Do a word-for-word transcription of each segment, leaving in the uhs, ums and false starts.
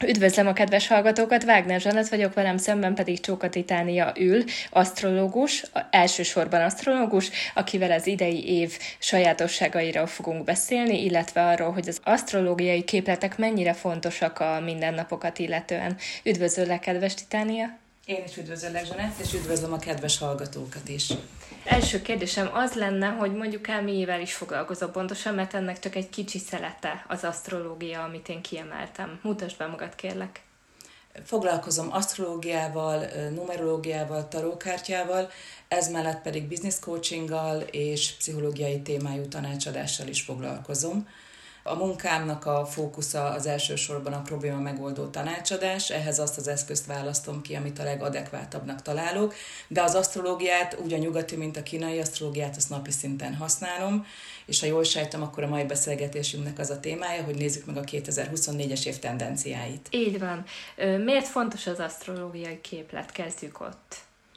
Üdvözlöm a kedves hallgatókat, Wagner Zsanett vagyok, velem szemben pedig Csóka Titánia ül, asztrológus, elsősorban asztrológus, akivel az idei év sajátosságairól fogunk beszélni, illetve arról, hogy az asztrológiai képletek mennyire fontosak a mindennapokat illetően. Üdvözöllek, kedves Titánia! Én is üdvözöllek, Zsanett, és üdvözlöm a kedves hallgatókat is. Első kérdésem az lenne, hogy mondjuk el mivel is foglalkozol pontosan, mert ennek csak egy kicsi szelete az asztrológia, amit én kiemeltem. Mutasd be magad, kérlek. Foglalkozom asztrológiával, numerológiával, tarókártyával, ez mellett pedig business coachinggal és pszichológiai témájú tanácsadással is foglalkozom. A munkámnak a fókusza az elsősorban a probléma megoldó tanácsadás, ehhez azt az eszközt választom ki, amit a legadekvátabbnak találok, de az asztrológiát, úgy a nyugati, mint a kínai asztrológiát, azt napi szinten használom, és ha jól sejtem, akkor a mai beszélgetésünknek az a témája, hogy nézzük meg a kétezer-huszonnégyes év tendenciáit. Így van. Miért fontos az asztrológiai képlet? Kezdjük ott.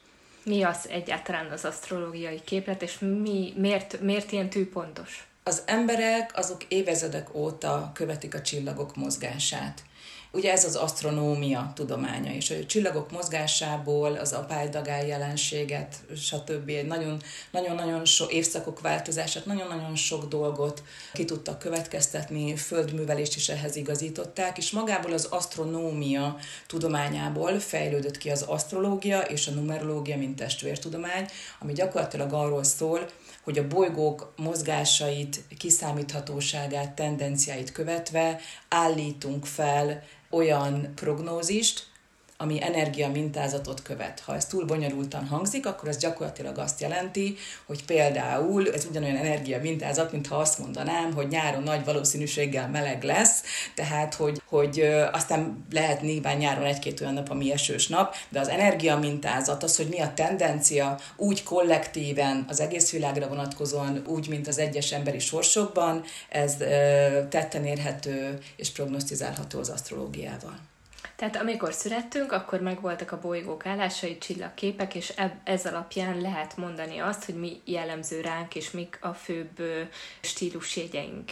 Mi az egyáltalán az asztrológiai képlet, és mi, miért, miért ilyen tűpontos? Az emberek azok évezredek óta követik a csillagok mozgását. Ugye ez az asztronómia tudománya, és a csillagok mozgásából az apály-dagály jelenséget, stb. Nagyon-nagyon sok évszakok változását, nagyon-nagyon sok dolgot ki tudtak következtetni, földművelést is ehhez igazították, és magából az asztronómia tudományából fejlődött ki az asztrológia és a numerológia, mint testvértudomány, ami gyakorlatilag arról szól, hogy a bolygók mozgásait, kiszámíthatóságát, tendenciáit követve állítunk fel olyan prognózist, ami energiamintázatot követ. Ha ez túl bonyolultan hangzik, akkor ez gyakorlatilag azt jelenti, hogy például ez ugyanolyan energiamintázat, mintha azt mondanám, hogy nyáron nagy valószínűséggel meleg lesz, tehát hogy, hogy aztán lehet nyilván nyáron egy-két olyan nap, ami esős nap, de az energiamintázat, az, hogy mi a tendencia úgy kollektíven az egész világra vonatkozóan, úgy, mint az egyes emberi sorsokban, ez tetten érhető és prognosztizálható az asztrológiával. Tehát amikor születtünk, akkor megvoltak a bolygók állásai, csillagképek, és ez alapján lehet mondani azt, hogy mi jellemző ránk, és mik a főbb stílusjegyeink.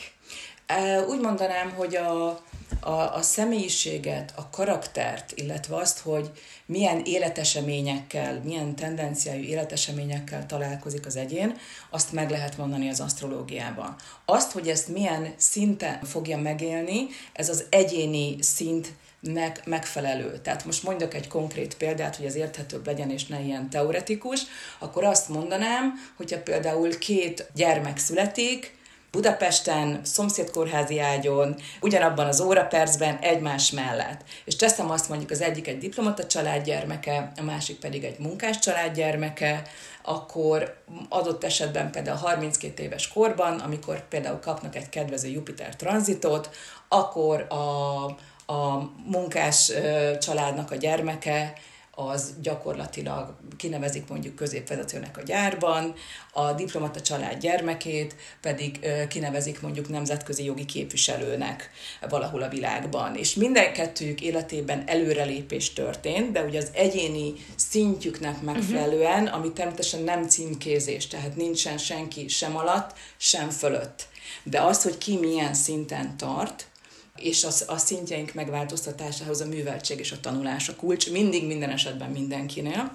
Úgy mondanám, hogy a, a, a személyiséget, a karaktert, illetve azt, hogy milyen életeseményekkel, milyen tendenciájú életeseményekkel találkozik az egyén, azt meg lehet mondani az asztrológiában. Azt, hogy ezt milyen szinten fogja megélni, ez az egyéni szint nek megfelelő. Tehát most mondjak egy konkrét példát, hogy az érthetőbb legyen és ne ilyen teoretikus, akkor azt mondanám, hogyha például két gyermek születik, Budapesten, szomszédkórházi ágyon, ugyanabban az órapercben egymás mellett. És teszem azt, mondjuk az egyik egy diplomata család gyermeke, a másik pedig egy munkás család gyermeke, akkor adott esetben például harminckét éves korban, amikor például kapnak egy kedvező Jupiter tranzitot, akkor a a munkás családnak a gyermeke, az gyakorlatilag kinevezik mondjuk középvezetőnek a gyárban, a diplomata család gyermekét pedig kinevezik mondjuk nemzetközi jogi képviselőnek valahol a világban. És minden kettőjük életében előrelépés történt, de ugye az egyéni szintjüknek megfelelően, ami természetesen nem címkézés, tehát nincsen senki sem alatt, sem fölött. De az, hogy ki milyen szinten tart, és az, a szintjeink megváltoztatásához a műveltség és a tanulás a kulcs, mindig, minden esetben mindenkinél.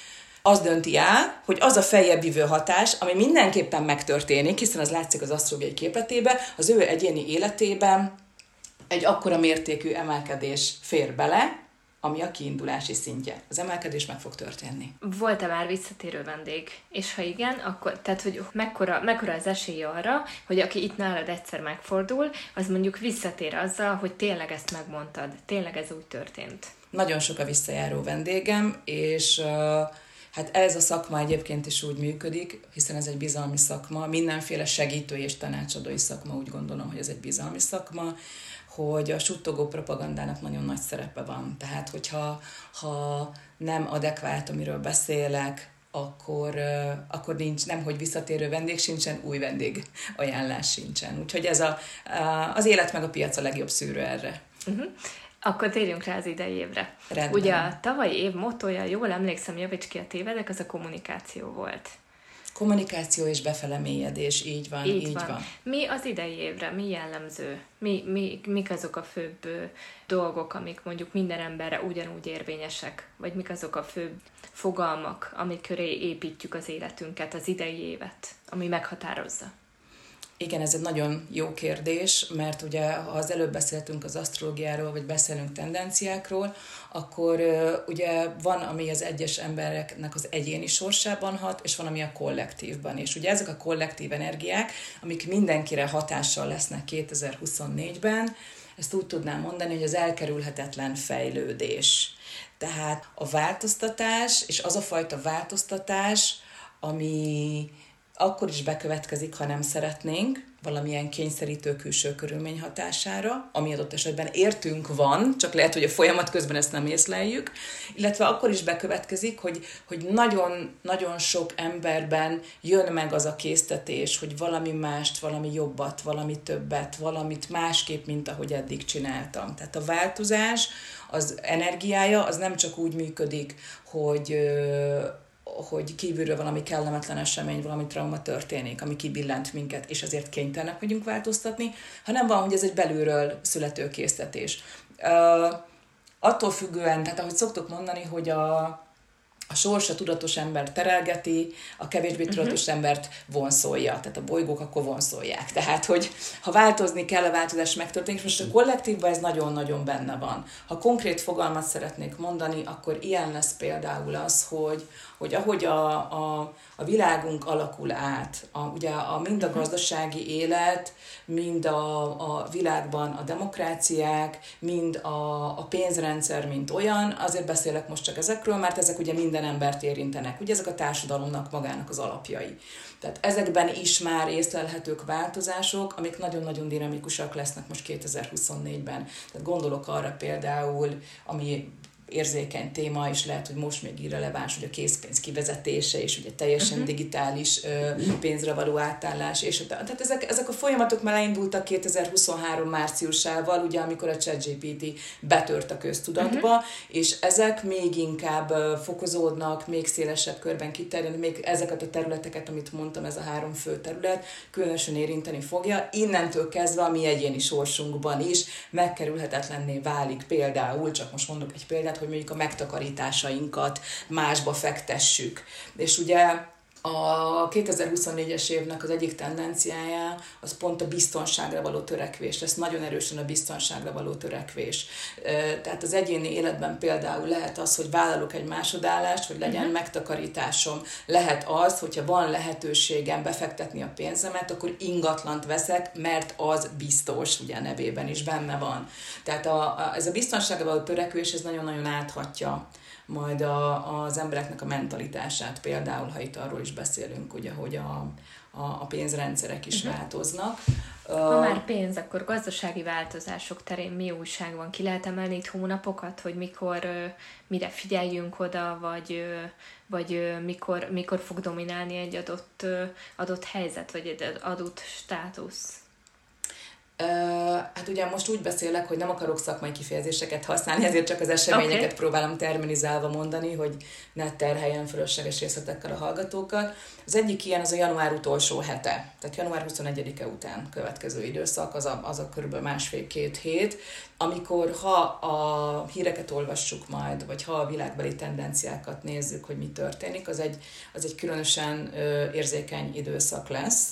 Az dönti el, hogy az a feljebb jövő hatás, ami mindenképpen megtörténik, hiszen az látszik az asztrológiai képletében, az ő egyéni életében egy akkora mértékű emelkedés fér bele, ami a kiindulási szintje. Az emelkedés meg fog történni. Volt-e már visszatérő vendég? És ha igen, akkor tehát, hogy mekkora, mekkora az esély arra, hogy aki itt nálad egyszer megfordul, az mondjuk visszatér azzal, hogy tényleg ezt megmondtad, tényleg ez úgy történt. Nagyon sok a visszajáró vendégem, és uh, hát ez a szakma egyébként is úgy működik, hiszen ez egy bizalmi szakma, mindenféle segítő és tanácsadói szakma, úgy gondolom, hogy ez egy bizalmi szakma, hogy a suttogó propagandának nagyon nagy szerepe van. Tehát, hogyha ha nem adekvát, amiről beszélek, akkor, akkor nincs, nem hogy visszatérő vendég sincsen, új vendég ajánlás sincsen. Úgyhogy ez a, az élet meg a piac a legjobb szűrő erre. Uh-huh. Akkor térjünk rá az idei évre. Rendben. Ugye a tavalyi év mottoja, jól emlékszem, javíts ki a tévedek, az a kommunikáció volt. Kommunikáció és befele mélyedés, így van, így, így van. van. Mi az idei évre, mi jellemző? Mi, mi, mik azok a főbb dolgok, amik mondjuk minden emberre ugyanúgy érvényesek? Vagy mik azok a főbb fogalmak, amik köré építjük az életünket, az idei évet, ami meghatározza? Igen, ez egy nagyon jó kérdés, mert ugye, ha az előbb beszéltünk az asztrológiáról, vagy beszélünk tendenciákról, akkor ugye van, ami az egyes embereknek az egyéni sorsában hat, és van, ami a kollektívban. És ugye ezek a kollektív energiák, amik mindenkire hatással lesznek kétezer-huszonnégyben, ezt úgy tudnám mondani, hogy az elkerülhetetlen fejlődés. Tehát a változtatás, és az a fajta változtatás, ami akkor is bekövetkezik, ha nem szeretnénk, valamilyen kényszerítő külső körülmény hatására, ami adott esetben értünk van, csak lehet, hogy a folyamat közben ezt nem észleljük, illetve akkor is bekövetkezik, hogy, hogy nagyon, nagyon sok emberben jön meg az a késztetés, hogy valami mást, valami jobbat, valami többet, valamit másképp, mint ahogy eddig csináltam. Tehát a változás, az energiája, az nem csak úgy működik, hogy hogy kívülről valami kellemetlen esemény, valami trauma történik, ami kibillent minket, és azért kénytelenek vagyunk változtatni, hanem van, hogy ez egy belülről születő késztetés. Uh, attól függően, tehát ahogy szoktuk mondani, hogy a a sors a tudatos ember terelgeti, a kevésbé tudatos uh-huh. embert vonszolja. Tehát a bolygók akkor vonszolják. Tehát, hogy ha változni kell, a változás megtörténik, most a kollektívban ez nagyon-nagyon benne van. Ha konkrét fogalmat szeretnék mondani, akkor ilyen lesz például az, hogy, hogy ahogy a, a, a világunk alakul át, a, ugye a, mind a gazdasági élet, mind a, a világban a demokráciák, mind a, a pénzrendszer, mint olyan, azért beszélek most csak ezekről, mert ezek ugye minden embert érintenek. Ugye ezek a társadalomnak magának az alapjai. Tehát ezekben is már észlelhetők változások, amik nagyon-nagyon dinamikusak lesznek most kétezer-huszonnégyben. Tehát gondolok arra például, ami érzékeny téma, és lehet, hogy most még irreleváns, hogy a készpénz kivezetése, és ugye teljesen uh-huh. digitális ö, pénzre való átállás, és tehát ezek, ezek a folyamatok már elindultak kétezer-huszonhárom márciusával, ugye, amikor a ChatGPT betört a köztudatba, uh-huh. és ezek még inkább fokozódnak, még szélesebb körben kiterjednek, még ezeket a területeket, amit mondtam, ez a három fő terület, különösen érinteni fogja. Innentől kezdve a mi egyéni sorsunkban is megkerülhetetlenné válik például, csak most mondok egy példát, hogy mondjuk a megtakarításainkat másba fektessük. És ugye a kétezer-huszonnégyes évnek az egyik tendenciája az pont a biztonságra való törekvés lesz, nagyon erősen a biztonságra való törekvés. Tehát az egyéni életben például lehet az, hogy vállalok egy másodállást, hogy legyen uh-huh. megtakarításom. Lehet az, hogyha van lehetőségem befektetni a pénzemet, akkor ingatlant veszek, mert az biztos, ugye a nevében is benne van. Tehát a, a, ez a biztonságra való törekvés, ez nagyon-nagyon áthatja majd a, az embereknek a mentalitását, például, ha itt arról is beszélünk, ugye, hogy a, a, a pénzrendszerek is uh-huh. változnak. Ha már pénz, akkor gazdasági változások terén mi újság van? Ki lehet emelni itt hónapokat, hogy mikor, mire figyeljünk oda, vagy, vagy mikor, mikor fog dominálni egy adott, adott helyzet, vagy egy adott státusz? Uh, hát ugye most úgy beszélek, hogy nem akarok szakmai kifejezéseket használni, ezért csak az eseményeket okay. próbálom terminizálva mondani, hogy ne terheljen fölösleges részletekkel a hallgatókat. Az egyik ilyen az a január utolsó hete, tehát január huszonegyedike után következő időszak, az a, az a kb. másfél-két hét, amikor ha a híreket olvassuk majd, vagy ha a világbeli tendenciákat nézzük, hogy mi történik, az egy, az egy különösen ö, érzékeny időszak lesz.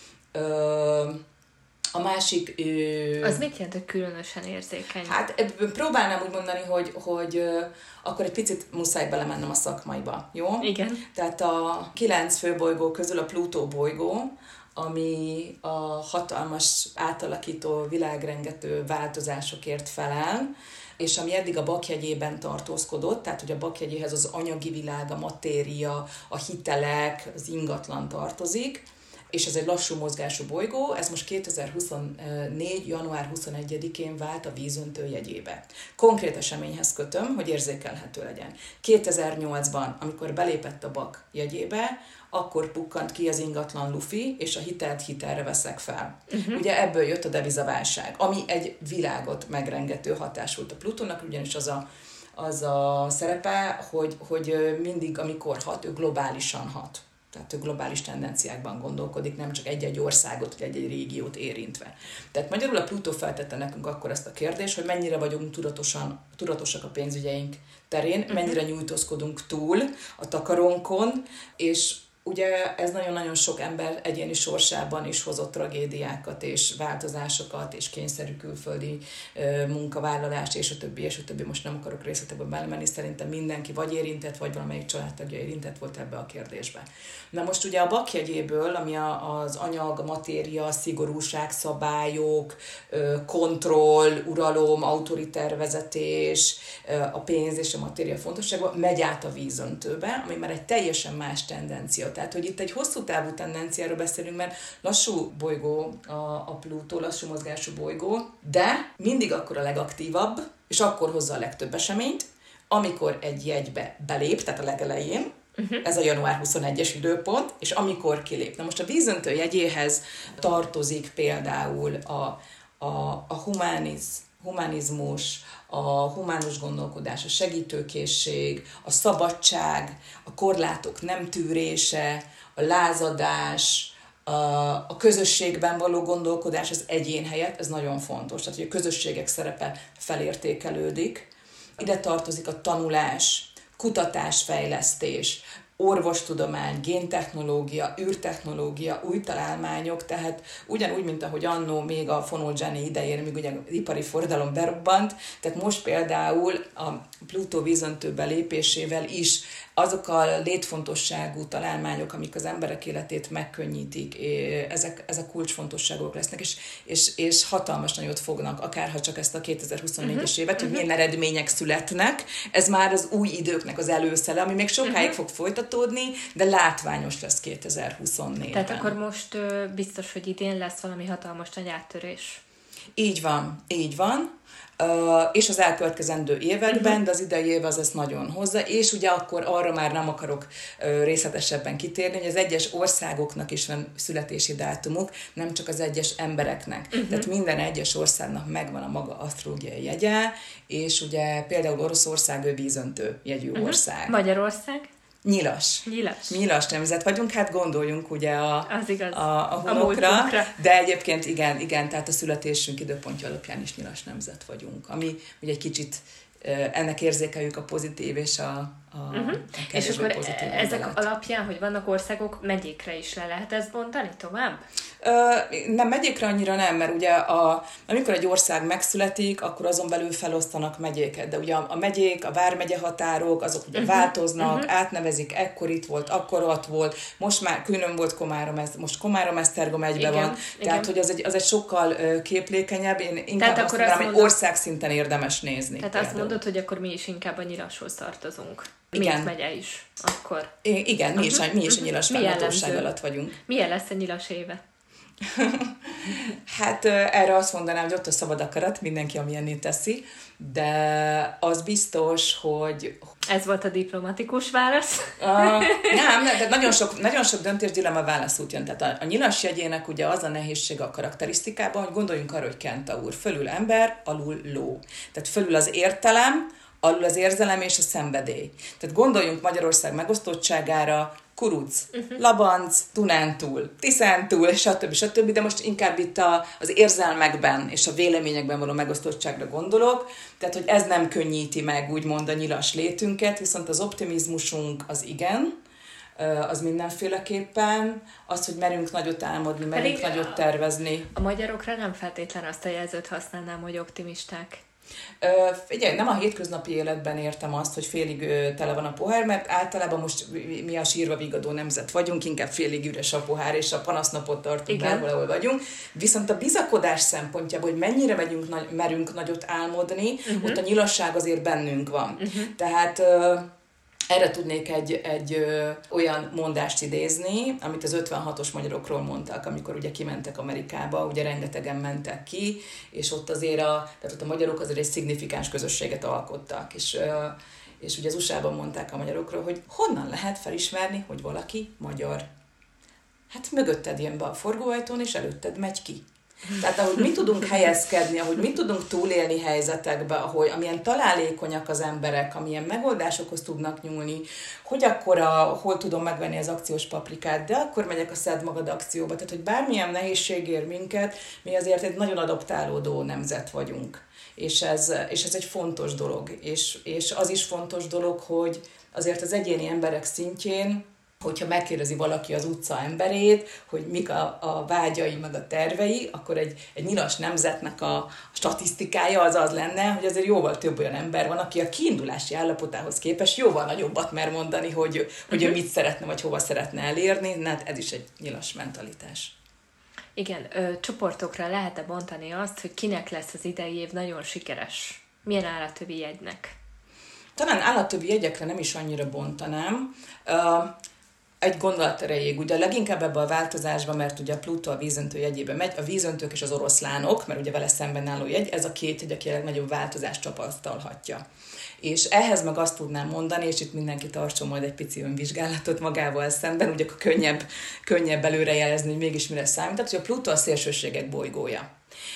Ö, A másik... Ö... Az mit jelent, hogy különösen érzékeny? Hát próbálnám úgy mondani, hogy, hogy ö, akkor egy picit muszáj belemennem a szakmaiba, jó? Igen. Tehát a kilenc főbolygó közül a Plutó bolygó, ami a hatalmas, átalakító, világrengető változásokért felel, és ami eddig a Bakjegyében tartózkodott, tehát hogy a Bakjegyéhez az anyagi világ, a matéria, a hitelek, az ingatlan tartozik, és ez egy lassú mozgású bolygó, ez most kétezer-huszonnégy. január huszonegyedikén vált a vízöntő jegyébe. Konkrét eseményhez kötöm, hogy érzékelhető legyen. kétezer-nyolcban, amikor belépett a Bak jegyébe, akkor pukkant ki az ingatlan lufi, és a hitelt hitelre veszek fel. Uh-huh. Ugye ebből jött a devizaválság, ami egy világot megrengető hatás volt a Plutónak, ugyanis az a, az a szerepe, hogy, hogy mindig, amikor hat, ő globálisan hat. Tehát ő globális tendenciákban gondolkodik, nem csak egy-egy országot, vagy egy-egy régiót érintve. Tehát magyarul a Plutó feltette nekünk akkor ezt a kérdést, hogy mennyire vagyunk tudatosan, tudatosak a pénzügyeink terén, uh-huh. mennyire nyújtózkodunk túl a takarónkon, és ugye ez nagyon-nagyon sok ember egyéni sorsában is hozott tragédiákat és változásokat és kényszerű külföldi ö, munkavállalást és a többi, és a többi. Most nem akarok részletekbe belemenni, szerintem mindenki vagy érintett, vagy valamelyik családtagja érintett volt ebbe a kérdésbe. Na most ugye a bakjegyéből, ami a, az anyag, a matéria, szigorúság, szabályok, ö, kontroll, uralom, autoriter vezetés, ö, a pénz és a matéria fontossága megy át a vízöntőbe, ami már egy teljesen más tendencia. Tehát, hogy itt egy hosszú távú tendenciáról beszélünk, mert lassú bolygó a, a Plutó, lassú mozgású bolygó, de mindig akkor a legaktívabb, és akkor hozza a legtöbb eseményt, amikor egy jegybe belép, tehát a legelején, uh-huh. ez a január huszonegyes időpont, és amikor kilép. Na most a vízöntő jegyéhez tartozik például a, a, a humaniz, humanizmus, a humánus gondolkodás, a segítőkészség, a szabadság, a korlátok nem tűrése, a lázadás, a, a közösségben való gondolkodás az egyén helyett, ez nagyon fontos. Tehát, hogy a közösségek szerepe felértékelődik. Ide tartozik a tanulás, kutatásfejlesztés, orvostudomány, géntechnológia, űrtechnológia, új találmányok, tehát ugyanúgy, mint ahogy annó még a Fonoldzsáni idején, még ugye az ipari forradalom berobbant, tehát most például a Plutó vízöntőbe lépésével is azok a létfontosságú találmányok, amik az emberek életét megkönnyítik, ezek, ezek kulcsfontosságok lesznek, és, és, és hatalmas nagyot fognak, akárha csak ezt a kétezer-huszonnégyes uh-huh. évet, hogy milyen eredmények születnek. Ez már az új időknek az előszele, ami még sokáig uh-huh. fog folytatódni, de látványos lesz kétezer-huszonnégyben. Tehát akkor most ö, biztos, hogy idén lesz valami hatalmas nagy áttörés. Így van, így van. Uh, és az elkövetkezendő években, uh-huh. de az idei év az ezt nagyon hozza, és ugye akkor arra már nem akarok uh, részletesebben kitérni, hogy az egyes országoknak is van születési dátumuk, nem csak az egyes embereknek. Uh-huh. Tehát minden egyes országnak megvan a maga asztrológiai jegye, és ugye például Oroszország ő vízöntő jegyű uh-huh. ország. Magyarország? Nyilas. Nyilas. Nyilas nemzet vagyunk, hát gondoljunk ugye a, az igaz. a, a hunokra, a de egyébként igen, igen, tehát a születésünk időpontja alapján is nyilas nemzet vagyunk, ami ugye egy kicsit ennek érzékeljük a pozitív és a, a, uh-huh. a és akkor pozitív ezek oldalat. Alapján, hogy vannak országok, megyékre is le lehet ezt bontani tovább? Ö, nem, megyékre annyira nem, mert ugye a, amikor egy ország megszületik, akkor azon belül felosztanak megyéket, de ugye a, a megyék, a vármegye határok, azok ugye uh-huh. változnak, uh-huh. átnevezik, ekkor itt volt, akkor ott volt, most már külön volt Komárom, most Komárom-Esztergom egyben van, igen. Tehát hogy az egy, az egy sokkal uh, képlékenyebb, én inkább tehát azt mondanám, hogy országszinten érdemes nézni. Tehát például. Azt mondod, hogy akkor mi is inkább a Nyilashoz tartozunk. Igen. Mint megye is, akkor. I- igen, mi is, uh-huh. mi is a Nyilas fennhatóság alatt vagyunk. Milyen lesz a Nyilas éve? Hát erre azt mondanám, hogy ott a szabad akarat, mindenki amilyenné teszi, de az biztos, hogy... Ez volt a diplomatikus válasz? Uh, nem, de nagyon sok, nagyon sok döntés dilemma válaszút jön. Tehát a, a Nyilas jegyének ugye az a nehézsége a karakterisztikában, hogy gondoljunk arra, hogy Kentaur, fölül ember, alul ló. Tehát fölül az értelem, alul az érzelem és a szenvedély. Tehát gondoljunk Magyarország megosztottságára, Kuruc, uh-huh. Labanc, Dunántúl, Tiszántúl, stb. stb. De most inkább itt a, az érzelmekben és a véleményekben való megosztottságra gondolok, tehát hogy ez nem könnyíti meg úgymond a nyilas létünket, viszont az optimizmusunk az igen, az mindenféleképpen, az, hogy merünk nagyot álmodni, merünk pedig nagyot tervezni. A magyarokra nem feltétlen azt a jelzőt használnám, hogy optimisták. Uh, figyelj, nem a hétköznapi életben értem azt, hogy félig uh, tele van a pohár, mert általában most mi a sírva vigadó nemzet vagyunk, inkább félig üres a pohár, és a panasznapot tartunk bárhol, ahol vagyunk. Viszont a bizakodás szempontjából, hogy mennyire megyünk, nagy, merünk nagyot álmodni, uh-huh. ott a nyilasság azért bennünk van. Uh-huh. Tehát... Uh, Erre tudnék egy, egy ö, olyan mondást idézni, amit az ötvenhatos magyarokról mondtak, amikor ugye kimentek Amerikába, ugye rengetegen mentek ki, és ott azért a, tehát ott a magyarok azért egy szignifikáns közösséget alkottak, és, ö, és ugye az u es á-ban mondták a magyarokról, hogy honnan lehet felismerni, hogy valaki magyar. Hát mögötted jön be a forgóajtón, és előtted megy ki. Tehát ahogy mi tudunk helyezkedni, ahogy mi tudunk túlélni helyzetekbe, ahogy amilyen találékonyak az emberek, amilyen megoldásokhoz tudnak nyúlni, hogy akkor a, hol tudom megvenni az akciós paprikát, de akkor megyek a Szedd Magad akcióba. Tehát, hogy bármilyen nehézség ér minket, mi azért egy nagyon adaptálódó nemzet vagyunk. És ez, és ez egy fontos dolog. És, és az is fontos dolog, hogy azért az egyéni emberek szintjén, hogyha megkérdezi valaki az utca emberét, hogy mik a, a vágyai, meg a tervei, akkor egy, egy nyilas nemzetnek a statisztikája az az lenne, hogy azért jóval több olyan ember van, aki a kiindulási állapotához képest jóval nagyobbat mer mondani, hogy, hogy ő mit szeretne, vagy hova szeretne elérni, hát ez is egy nyilas mentalitás. Igen, ö, csoportokra lehet-e bontani azt, hogy kinek lesz az idei év nagyon sikeres? Milyen állattövi jegynek? Talán állattövi jegyekre nem is annyira bontanám. Uh, Egy gondolat erejéig, ugye leginkább ebbe a változásba, mert ugye a Plutó a vízöntő jegyébe megy, a vízöntők és az oroszlánok, mert ugye vele szemben álló jegy, ez a két jegy, aki a legnagyobb változást tapasztalhatja. És ehhez meg azt tudnám mondani, és itt mindenki tartson majd egy pici önvizsgálatot magával szemben, ugye akkor könnyebb, könnyebb előrejelezni, hogy mégis mire számít, tehát hogy a Plutó a szélsőségek bolygója.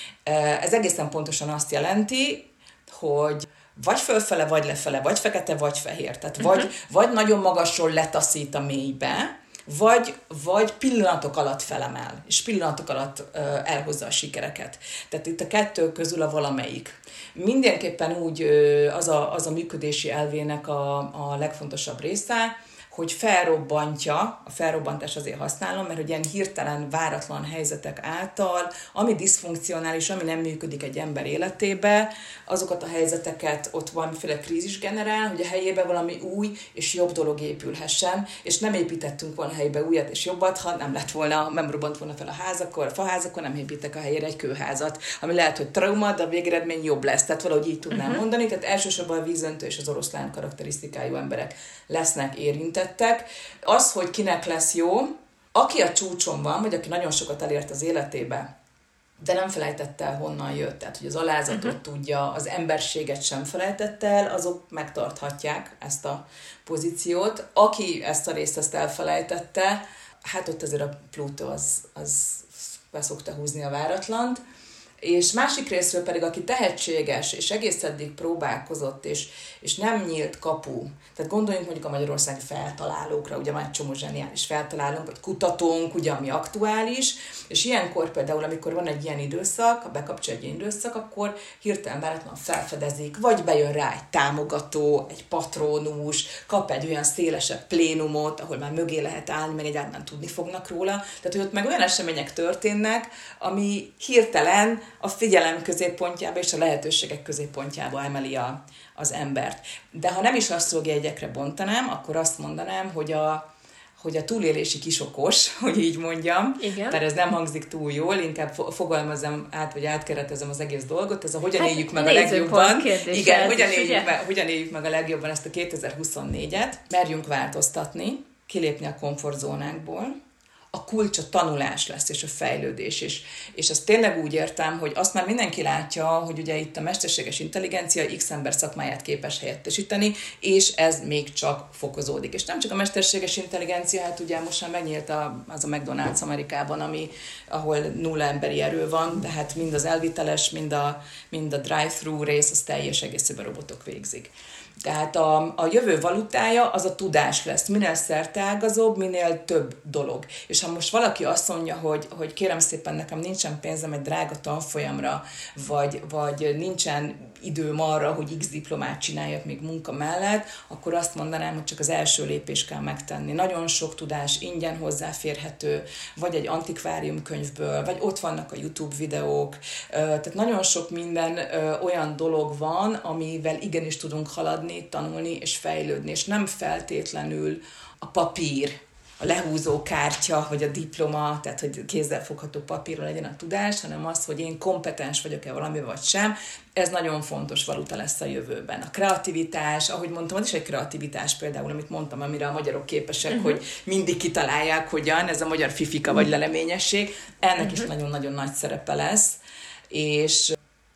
Ez egészen pontosan azt jelenti, hogy vagy fölfele, vagy lefele, vagy fekete, vagy fehér. Tehát uh-huh. vagy, vagy nagyon magasról letaszít a mélybe, vagy, vagy pillanatok alatt felemel, és pillanatok alatt uh, elhozza a sikereket. Tehát itt a kettő közül a valamelyik. Mindenképpen úgy uh, az, a, az a működési elvének a, a legfontosabb része, hogy felrobbantja, a felrobbantás azért használom, mert hogy ilyen hirtelen, váratlan helyzetek által, ami diszfunkcionális, ami nem működik egy ember életébe, azokat a helyzeteket ott valamiféle krízis generál, hogy a helyébe valami új és jobb dolog épülhessen, és nem építettünk volna helyébe újat és jobbat, ha nem lett volna, nem robbant volna fel a házakor, a faházakor, nem építek a helyére egy kőházat, ami lehet, hogy trauma, de a végeredmény jobb lesz, tehát valahogy így tudnám uh-huh. mondani, tehát elsősorban a vízöntő és az oroszlán karakterisztikájú emberek lesznek érintettek. Az, hogy kinek lesz jó, aki a csúcson van, vagy aki nagyon sokat elért az életébe, de nem felejtette el, honnan jött, tehát hogy az alázatot uh-huh. tudja, az emberséget sem felejtette el, azok megtarthatják ezt a pozíciót. Aki ezt a részt ezt elfelejtette, hát ott azért a Plutó az, az beszokta húzni a váratlant. És másik részről pedig, aki tehetséges, és egész eddig próbálkozott, és, és nem nyílt kapu. Tehát gondoljunk mondjuk a magyarországi feltalálókra, ugye már egy csomó zseniális feltalálónk, vagy kutatónk, ugye, ami aktuális, és ilyenkor például, amikor van egy ilyen időszak, ha bekapcsol egy ilyen időszak, akkor hirtelen váratlan felfedezik, vagy bejön rá egy támogató, egy patronus, kap egy olyan szélesebb plénumot, ahol már mögé lehet állni, meg egyáltalán tudni fognak róla. Tehát, hogy ott meg olyan események történnek, ami hirtelen a figyelem középpontjába és a lehetőségek középpontjába emeli a, az embert. De ha nem is asztrológiai bontanám, akkor azt mondanám, hogy a, hogy a túlélési kisokos, hogy így mondjam, igen. Mert ez nem hangzik túl jól, inkább fogalmazom át, vagy átkeretezem az egész dolgot, ez a hogyan hát, éljük meg a legjobban. Igen, hogyan is, éljük, meg, hogyan éljük meg a legjobban ezt a kétezer-huszonnégyet, merjünk változtatni, kilépni a komfortzónánkból. A kulcs a tanulás lesz, és a fejlődés. És, és ezt tényleg úgy értem, hogy azt már mindenki látja, hogy ugye itt a mesterséges intelligencia X ember szakmáját képes helyettesíteni, és ez még csak fokozódik. És nem csak a mesterséges intelligencia, hát ugye most már megnyílt a, az a McDonald's Amerikában, ami, ahol nulla emberi erő van, tehát mind az elviteles, mind a, mind a drive-thru rész, az teljes egészében robotok végzik. Tehát a, a jövő valutája az a tudás lesz. Minél szerteágazóbb, minél több dolog. És ha most valaki azt mondja, hogy, hogy kérem szépen, nekem nincsen pénzem egy drága tanfolyamra, vagy, vagy nincsen időm arra, hogy X diplomát csináljak még munka mellett, akkor azt mondanám, hogy csak az első lépést kell megtenni. Nagyon sok tudás ingyen hozzáférhető, vagy egy antikvárium könyvből, vagy ott vannak a YouTube videók. Tehát nagyon sok minden olyan dolog van, amivel igenis tudunk haladni, tanulni és fejlődni, és nem feltétlenül a papír, a lehúzó kártya, vagy a diploma, tehát hogy kézzelfogható papírról legyen a tudás, hanem az, hogy én kompetens vagyok-e valamiben, vagy sem. Ez nagyon fontos valuta lesz a jövőben. A kreativitás, ahogy mondtam, az is egy kreativitás például, amit mondtam, amire a magyarok képesek, uh-huh. hogy mindig kitalálják, hogyan, ez a magyar fifika vagy leleményesség, ennek uh-huh. is nagyon-nagyon nagy szerepe lesz. És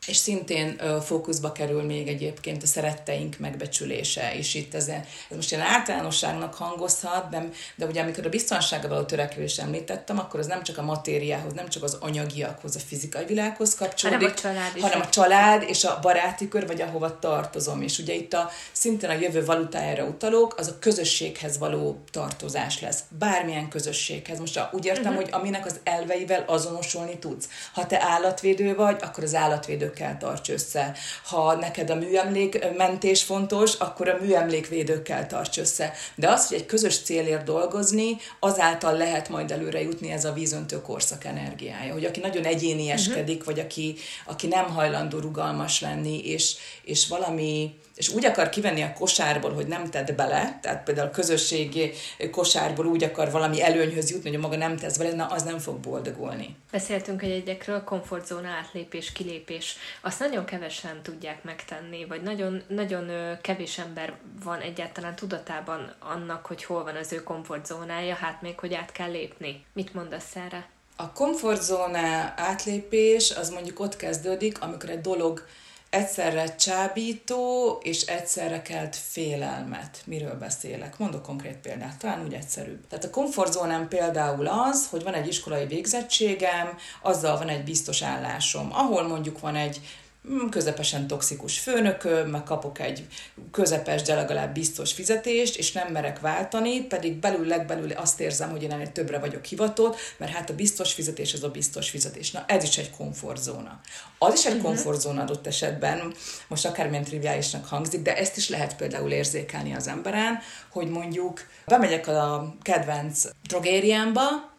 és szintén ö, fókuszba kerül még egyébként a szeretteink megbecsülése, és itt ez, ez most ilyen általánosságnak hangozhat, de, de ugye amikor a biztonságra való törekvés említettem, akkor az nem csak a matériához, nem csak az anyagiakhoz, a fizikai világhoz kapcsolódik, hanem a család, hanem a család és a baráti kör, vagy ahova tartozom. És ugye itt a, szintén a jövő valutájára utalok, az a közösséghez való tartozás lesz. Bármilyen közösséghez. Most úgy értem, uh-huh. hogy aminek az elveivel azonosulni tudsz. Ha te állatvédő vagy, akkor az állatvédőkkel tarts össze. Ha neked a műemlékmentés fontos, akkor a műemlékvédőkkel tarts össze. De az, hogy egy közös célért dolgozni, azáltal lehet majd előre jutni, ez a vízöntő korszak energiája. Hogy aki nagyon egyénieskedik, uh-huh. vagy aki, aki nem hajlandó rugalmas lenni, és, és valami és úgy akar kivenni a kosárból, hogy nem tedd bele, tehát például a közösségi kosárból úgy akar valami előnyhöz jutni, hogy maga nem tesz bele, na az nem fog boldogulni. Beszéltünk egy egyekről, komfortzóna átlépés, kilépés. Azt nagyon kevesen tudják megtenni, vagy nagyon, nagyon kevés ember van egyáltalán tudatában annak, hogy hol van az ő komfortzónája, hát még hogy át kell lépni. Mit mondasz erre? A komfortzóna átlépés az mondjuk ott kezdődik, amikor egy dolog egyszerre csábító, és egyszerre kelt félelmet. Miről beszélek? Mondok konkrét példát, talán úgy egyszerűbb. Tehát a komfortzónám például az, hogy van egy iskolai végzettségem, azzal van egy biztos állásom, ahol mondjuk van egy közepesen toxikus főnököm, meg kapok egy közepes, de legalább biztos fizetést, és nem merek váltani, pedig belül legbelül azt érzem, hogy én ennél többre vagyok hivatott, mert hát a biztos fizetés az a biztos fizetés. Na, ez is egy komfortzóna. Az is egy uh-huh. komfortzóna adott esetben, most akármilyen triviálisnak hangzik, de ezt is lehet például érzékelni az emberen, hogy mondjuk bemegyek a kedvenc drogériámba,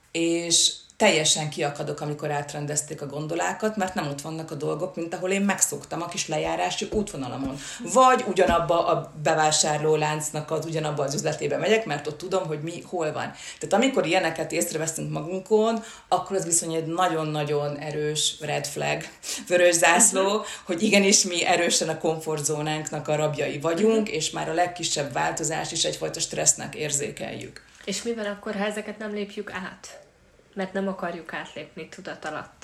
és teljesen kiakadok, amikor átrendezték a gondolákat, mert nem ott vannak a dolgok, mint ahol én megszoktam a kis lejárási útvonalamon. Vagy ugyanabba a bevásárló láncnak az ugyanabba az üzletébe megyek, mert ott tudom, hogy mi hol van. Tehát amikor ilyeneket észreveszünk magunkon, akkor az viszont egy nagyon-nagyon erős red flag, vörös zászló, hogy igenis mi erősen a komfortzónánknak a rabjai vagyunk, és már a legkisebb változást is egyfajta stressznek érzékeljük. És mi van akkor, ha ezeket nem lépjük át? Mert nem akarjuk átlépni tudat alatt.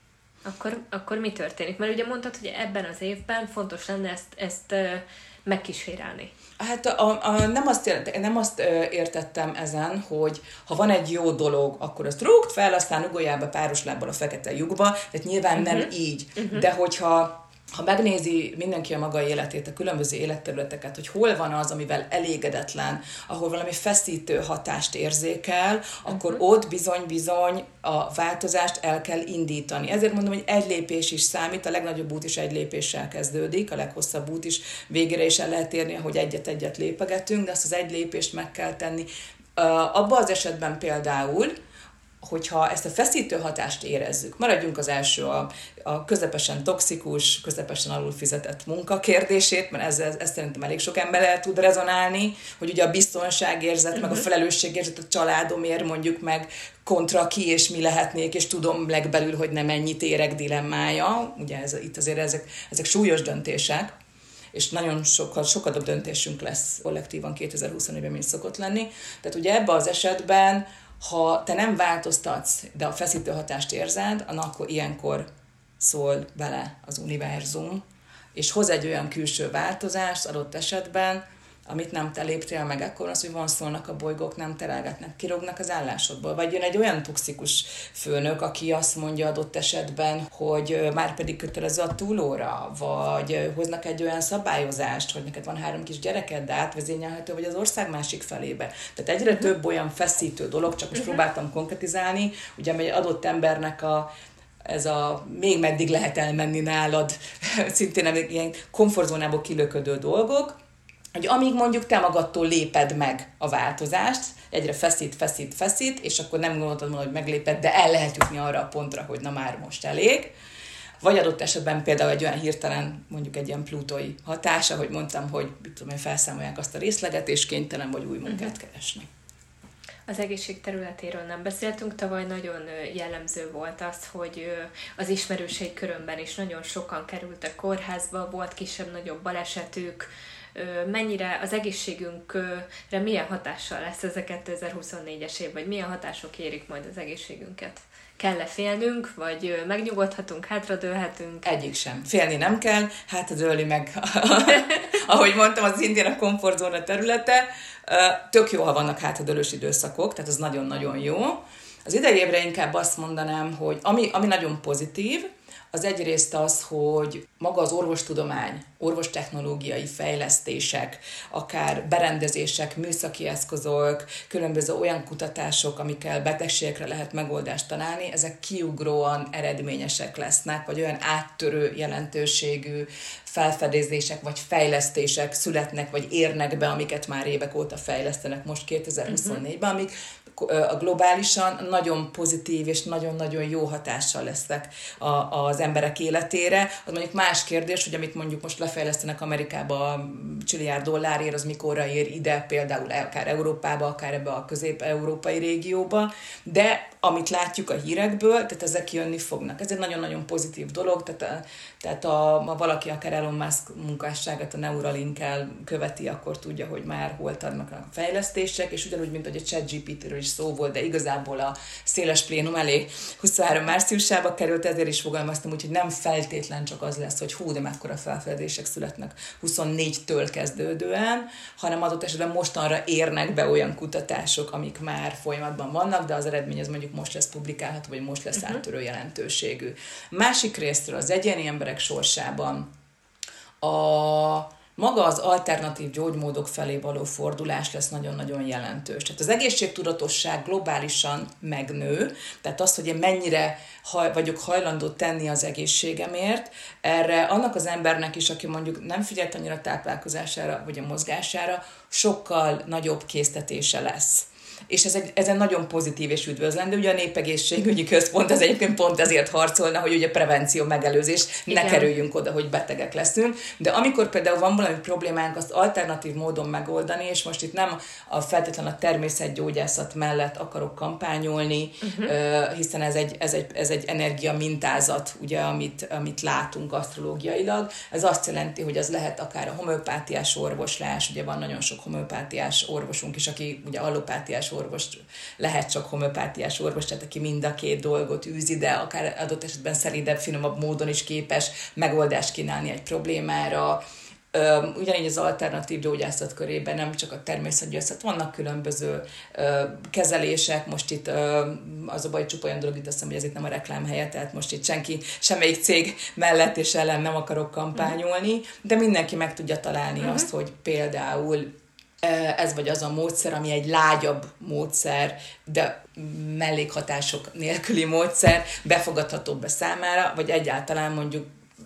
Akkor, akkor mi történik? Mert ugye mondtad, hogy ebben az évben fontos lenne ezt, ezt uh, megkísérelni. Hát a, a, nem, azt, nem azt értettem ezen, hogy ha van egy jó dolog, akkor azt rúgd fel, aztán ugoljába páros lábbal a fekete lyukba, tehát nyilván uh-huh. nem így. Uh-huh. De hogyha ha megnézi mindenki a maga életét, a különböző életterületeket, hogy hol van az, amivel elégedetlen, ahol valami feszítő hatást érzékel, akkor uh-huh. ott bizony-bizony a változást el kell indítani. Ezért mondom, hogy egy lépés is számít, a legnagyobb út is egy lépéssel kezdődik, a leghosszabb út is végére is el lehet érni, hogy egyet-egyet lépegetünk, de azt az egy lépést meg kell tenni. Abban az esetben például, hogyha ezt a feszítő hatást érezzük, maradjunk az első, a, a közepesen toxikus, közepesen alulfizetett munka kérdését, mert ez, ez, ez szerintem elég sok emberrel tud rezonálni, hogy ugye a biztonságérzet, uh-huh. meg a felelősségérzet a családomért mondjuk meg kontra ki és mi lehetnék, és tudom legbelül, hogy nem ennyit érek dilemmája. Ugye ez, itt azért ezek, ezek súlyos döntések, és nagyon sokkal, sokkal több döntésünk lesz kollektívan kétezer-huszonnégyben, mint szokott lenni. Tehát ugye ebben az esetben, ha te nem változtatsz, de a feszítő hatást érzed, akkor ilyenkor szól bele az univerzum, és hoz egy olyan külső változást adott esetben, amit nem te léptél meg, akkor az, hogy van szólnak a bolygók, nem terelgetnek, kirognak az állásodból. Vagy jön egy olyan toxikus főnök, aki azt mondja adott esetben, hogy már pedig kötelező a túlóra, vagy hoznak egy olyan szabályozást, hogy neked van három kis gyereked, de átvezényelhető vagy az ország másik felébe. Tehát egyre több olyan feszítő dolog, csak most próbáltam konkretizálni, ugye egy adott embernek a ez a még meddig lehet elmenni nálad, szintén ilyen komfortzónából kilöködő dolgok, hogy amíg mondjuk te magadtól léped meg a változást, egyre feszít, feszít, feszít, és akkor nem gondoltad volna, hogy megléped, de el lehet jutni arra a pontra, hogy na már most elég. Vagy adott esetben például egy olyan hirtelen, mondjuk egy ilyen plutói hatása, hogy mondtam, hogy tudom én, felszámolják azt a részleget, és kénytelen vagy új munkát uh-huh. keresni. Az egészség területéről nem beszéltünk, tavaly nagyon jellemző volt az, hogy az ismerőség körömben is nagyon sokan kerültek kórházba, volt kisebb-nagyobb balesetük. Mennyire az egészségünkre milyen hatással lesz ez a kétezer-huszonnégyes év, vagy milyen hatások érik majd az egészségünket kell-e félnünk, vagy megnyugodhatunk, hátradőlhetünk? Egyik sem. Félni nem kell, hátradőlni meg, ahogy mondtam, az szintén a komfortzóna területe. Tök jó, ha vannak hátradőlős időszakok, tehát az nagyon-nagyon jó. Az idei évre inkább azt mondanám, hogy ami, ami nagyon pozitív, az egyrészt az, hogy maga az orvostudomány, orvostechnológiai fejlesztések, akár berendezések, műszaki eszközök, különböző olyan kutatások, amikkel betegségekre lehet megoldást találni, ezek kiugróan eredményesek lesznek, vagy olyan áttörő jelentőségű felfedezések, vagy fejlesztések születnek, vagy érnek be, amiket már évek óta fejlesztenek most kétezer-huszonnégyben, amik a globálisan nagyon pozitív és nagyon-nagyon jó hatással lesznek a, az emberek életére. Az mondjuk más kérdés, hogy amit mondjuk most lefejlesztenek Amerikába a csilliárd dollárért, az mikorra ér ide, például akár Európába, akár ebbe a közép-európai régióba, de amit látjuk a hírekből, tehát ezek jönni fognak. Ez egy nagyon-nagyon pozitív dolog, tehát, tehát a, ha valaki akár Elon Musk munkásságát a Neuralink-el követi, akkor tudja, hogy már hol tartanak a fejlesztések, és ugyanúgy, mint hogy a ChatGPT-ről is szó volt, de igazából a széles plénum elé huszonhárom márciusába került, ezért is fogalmaztam, úgyhogy nem feltétlen csak az lesz, hogy hú, de mekkora felfedezések születnek huszonnégytől kezdődően, hanem adott esetben mostanra érnek be olyan kutatások, amik már folyamatban vannak, de az eredmény az mondjuk most lesz publikálható, vagy most lesz uh-huh. áttörő jelentőségű. Másik részről az egyéni emberek sorsában a maga az alternatív gyógymódok felé való fordulás lesz nagyon-nagyon jelentős. Tehát az egészségtudatosság globálisan megnő, tehát az, hogy én mennyire haj, vagyok hajlandó tenni az egészségemért, erre annak az embernek is, aki mondjuk nem figyelt annyira a táplálkozására, vagy a mozgására, sokkal nagyobb késztetése lesz. És ez egy, ez egy nagyon pozitív és üdvözlendő. Ugye a Népegészségügyi Központ az egyébként pont ezért harcolna, hogy ugye prevenció, megelőzés, igen, ne kerüljünk oda, hogy betegek leszünk. De amikor például van valami problémánk, azt alternatív módon megoldani, és most itt nem a feltétlen a természetgyógyászat mellett akarok kampányolni, uh-huh. hiszen ez egy, ez, egy, ez egy energia mintázat, ugye, amit, amit látunk asztrológiailag. Ez azt jelenti, hogy az lehet akár a homeopátiás orvoslás, ugye van nagyon sok homeopátiás orvosunk is, aki ugye allopátiás orvos, lehet csak homeopátiás orvos, tehát aki mind a két dolgot űzi, de akár adott esetben szelídebb, finomabb módon is képes megoldást kínálni egy problémára. Ugyanígy az alternatív gyógyászat körében nem csak a természetgyógyászat, vannak különböző ö, kezelések, most itt ö, az a baj, csupa olyan dolog, itt azt hiszem, hogy ez itt nem a reklám helye, tehát most itt senki, semmelyik cég mellett és ellen nem akarok kampányolni, de mindenki meg tudja találni uh-huh. azt, hogy például ez vagy az a módszer, ami egy lágyabb módszer, de mellékhatások nélküli módszer, befogadhatóbb be számára, vagy egyáltalán mondjuk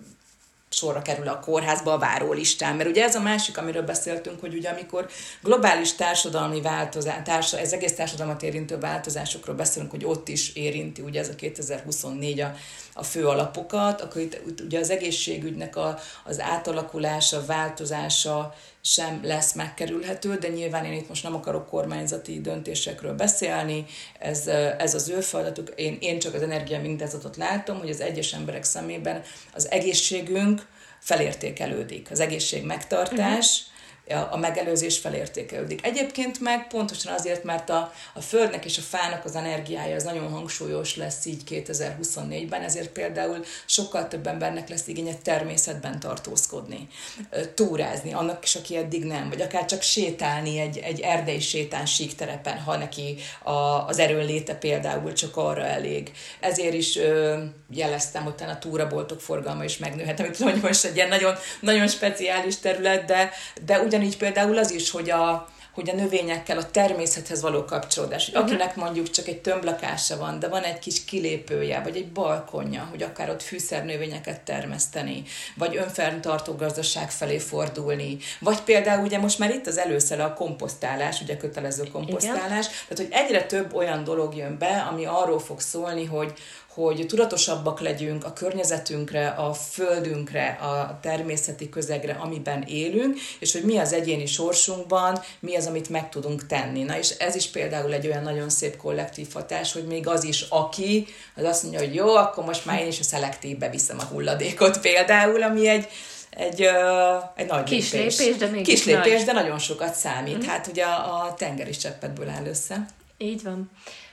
sorra kerül a kórházba a várólistán. Mert ugye ez a másik, amiről beszéltünk, hogy ugye amikor globális társadalmi változás, társa, ez egész társadalmat érintő változásokról beszélünk, hogy ott is érinti ugye ez a kétezer-huszonnégy a, a fő alapokat, akkor itt ugye az egészségügynek a, az átalakulása, változása sem lesz megkerülhető, de nyilván én itt most nem akarok kormányzati döntésekről beszélni, ez, ez az ő feladatuk, én, én csak az energiamintázatot látom, hogy az egyes emberek szemében az egészségünk felértékelődik, az egészség megtartás, a megelőzés felértékelődik. Egyébként meg pontosan azért, mert a, a Földnek és a fának az energiája az nagyon hangsúlyos lesz így kétezer-huszonnégyben, ezért például sokkal több embernek lesz igénye természetben tartózkodni, túrázni, annak is, aki eddig nem, vagy akár csak sétálni egy, egy erdei sétán síkterepen, ha neki a, az erőnléte például csak arra elég. Ezért is ö, jeleztem, hogy a túraboltok forgalma is megnőhet, amit tudom, hogy most egy ilyen nagyon, nagyon speciális terület, de, de ugyanígy például az is, hogy a, hogy a növényekkel, a természethez való kapcsolódás. Uh-huh. Akinek mondjuk csak egy tömblakása van, de van egy kis kilépője, vagy egy balkonja, hogy akár ott fűszernövényeket termeszteni, vagy önfenntartó gazdaság felé fordulni, vagy például ugye most már itt az előszele a komposztálás, ugye kötelező komposztálás, igen. Tehát hogy egyre több olyan dolog jön be, ami arról fog szólni, hogy hogy tudatosabbak legyünk a környezetünkre, a földünkre, a természeti közegre, amiben élünk, és hogy mi az egyéni sorsunkban, mi az, amit meg tudunk tenni. Na és ez is például egy olyan nagyon szép kollektív hatás, hogy még az is, aki, az azt mondja, hogy jó, akkor most már én is a szelektívbe viszem a hulladékot például, ami egy Egy, uh, egy nagy kis lépés. lépés, de mégis Kis lépés, nagy. De nagyon sokat számít. Mm. Hát ugye a, a tengeri cseppetből áll össze. Így van.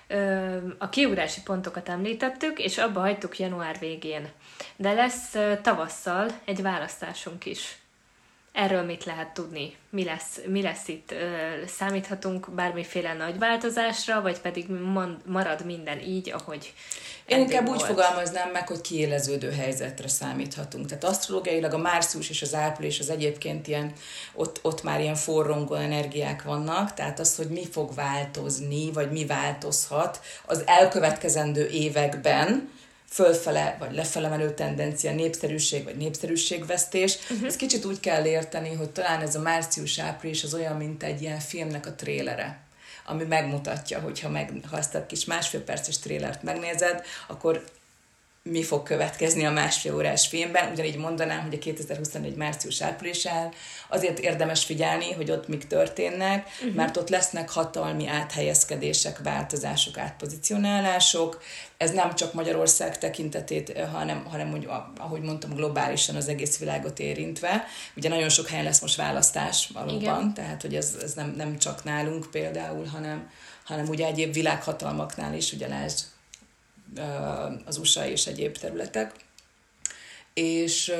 A kiugrási pontokat említettük, és abba hagytuk január végén. De lesz tavasszal egy választásunk is. Erről mit lehet tudni? Mi lesz, mi lesz itt? Számíthatunk bármiféle nagy változásra, vagy pedig marad minden így, ahogy Én inkább volt. Úgy fogalmaznám meg, hogy kiéleződő helyzetre számíthatunk. Tehát asztrológiailag a március és az április az egyébként ilyen, ott, ott már ilyen forrongó energiák vannak, tehát az, hogy mi fog változni, vagy mi változhat az elkövetkezendő években, fölfele vagy lefele menő tendencia, népszerűség vagy népszerűségvesztés. Uh-huh. Ezt kicsit úgy kell érteni, hogy talán ez a március-április az olyan, mint egy ilyen filmnek a trélere, ami megmutatja, hogyha meg, ha ezt a kis másfél perces trélert megnézed, akkor mi fog következni a másfél órás filmben. Ugyanígy mondanám, hogy a kétezer-huszonnégy március-áprilisán azért érdemes figyelni, hogy ott mik történnek, uh-huh. mert ott lesznek hatalmi áthelyezkedések, változások, átpozicionálások. Ez nem csak Magyarország tekintetét, hanem, hanem hogy, ahogy mondtam, globálisan az egész világot érintve. Ugye nagyon sok helyen lesz most választás valóban, igen. Tehát hogy ez, ez nem, nem csak nálunk például, hanem, hanem ugye egyéb világhatalmaknál is, ugye lásd, az u es á és egyéb területek, és,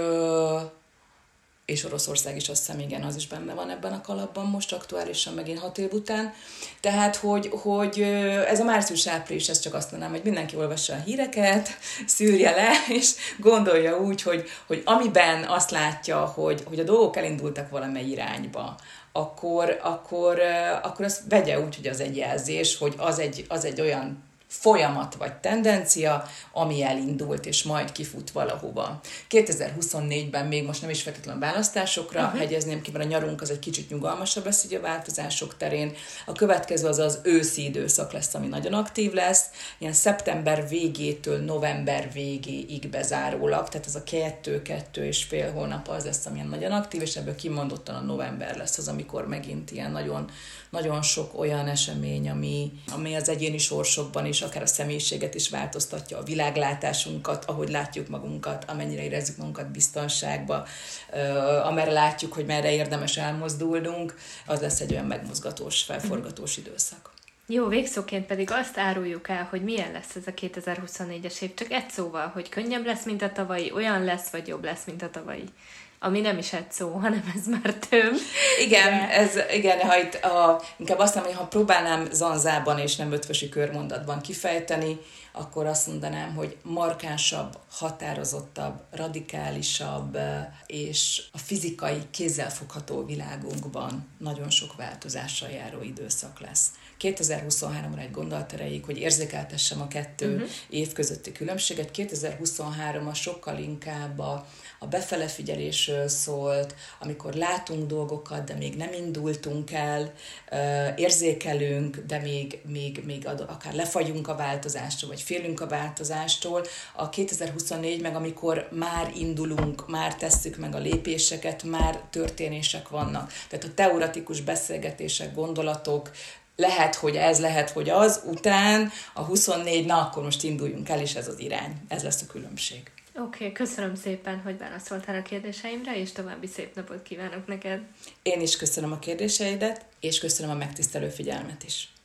és Oroszország is, azt hiszem, igen, az is benne van ebben a kalapban most aktuálisan, megint hat év után. Tehát, hogy, hogy ez a március-április, ez csak azt mondanám, hogy mindenki olvassa a híreket, szűrje le, és gondolja úgy, hogy, hogy amiben azt látja, hogy, hogy a dolgok elindultak valamely irányba, akkor, akkor, akkor azt vegye úgy, hogy az egy jelzés, hogy az egy, az egy olyan folyamat vagy tendencia, ami elindult, és majd kifut valahova. kétezer-huszonnégyben még most nem is feltétlenül választásokra uh-huh. hegyezném ki, mert a nyarunk az egy kicsit nyugalmasabb lesz így a változások terén. A következő az az őszi időszak lesz, ami nagyon aktív lesz, ilyen szeptember végétől november végéig bezárólag, tehát ez a kettő-kettő és fél hónap az lesz, ami nagyon aktív, és ebből kimondottan a november lesz az, amikor megint ilyen nagyon, nagyon sok olyan esemény, ami, ami az egyéni sorsokban is, akár a személyiséget is változtatja, a világlátásunkat, ahogy látjuk magunkat, amennyire érezzük magunkat biztonságba, amerre látjuk, hogy merre érdemes elmozdulnunk, az lesz egy olyan megmozgatós, felforgatós időszak. Jó, végszóként pedig azt áruljuk el, hogy milyen lesz ez a kétezer-huszonnégyes év, csak egy szóval, hogy könnyebb lesz, mint a tavalyi, olyan lesz, vagy jobb lesz, mint a tavalyi. Ami nem is egy szó, hanem ez már több. Igen, de... ez, igen ha itt a, inkább azt mondom, hogy ha próbálnám zanzában és nem ötvösi körmondatban kifejteni, akkor azt mondanám, hogy markánsabb, határozottabb, radikálisabb, és a fizikai, kézzelfogható világunkban nagyon sok változással járó időszak lesz. kétezer-huszonháromra egy gondolat erejéig, hogy érzékeltessem a kettő uh-huh. év közötti különbséget. kétezer-huszonhárom a sokkal inkább a, a befele figyelésről szólt, amikor látunk dolgokat, de még nem indultunk el, érzékelünk, de még, még, még akár lefagyunk a változástól, vagy félünk a változástól. A kétezer-huszonnégy meg, amikor már indulunk, már tesszük meg a lépéseket, már történések vannak. Tehát a teoretikus beszélgetések, gondolatok, lehet, hogy ez, lehet, hogy az, után a huszonnégy, na akkor most induljunk el, és ez az irány. Ez lesz a különbség. Oké, okay, köszönöm szépen, hogy válaszoltál a kérdéseimre, és további szép napot kívánok neked. Én is köszönöm a kérdéseidet, és köszönöm a megtisztelő figyelmet is.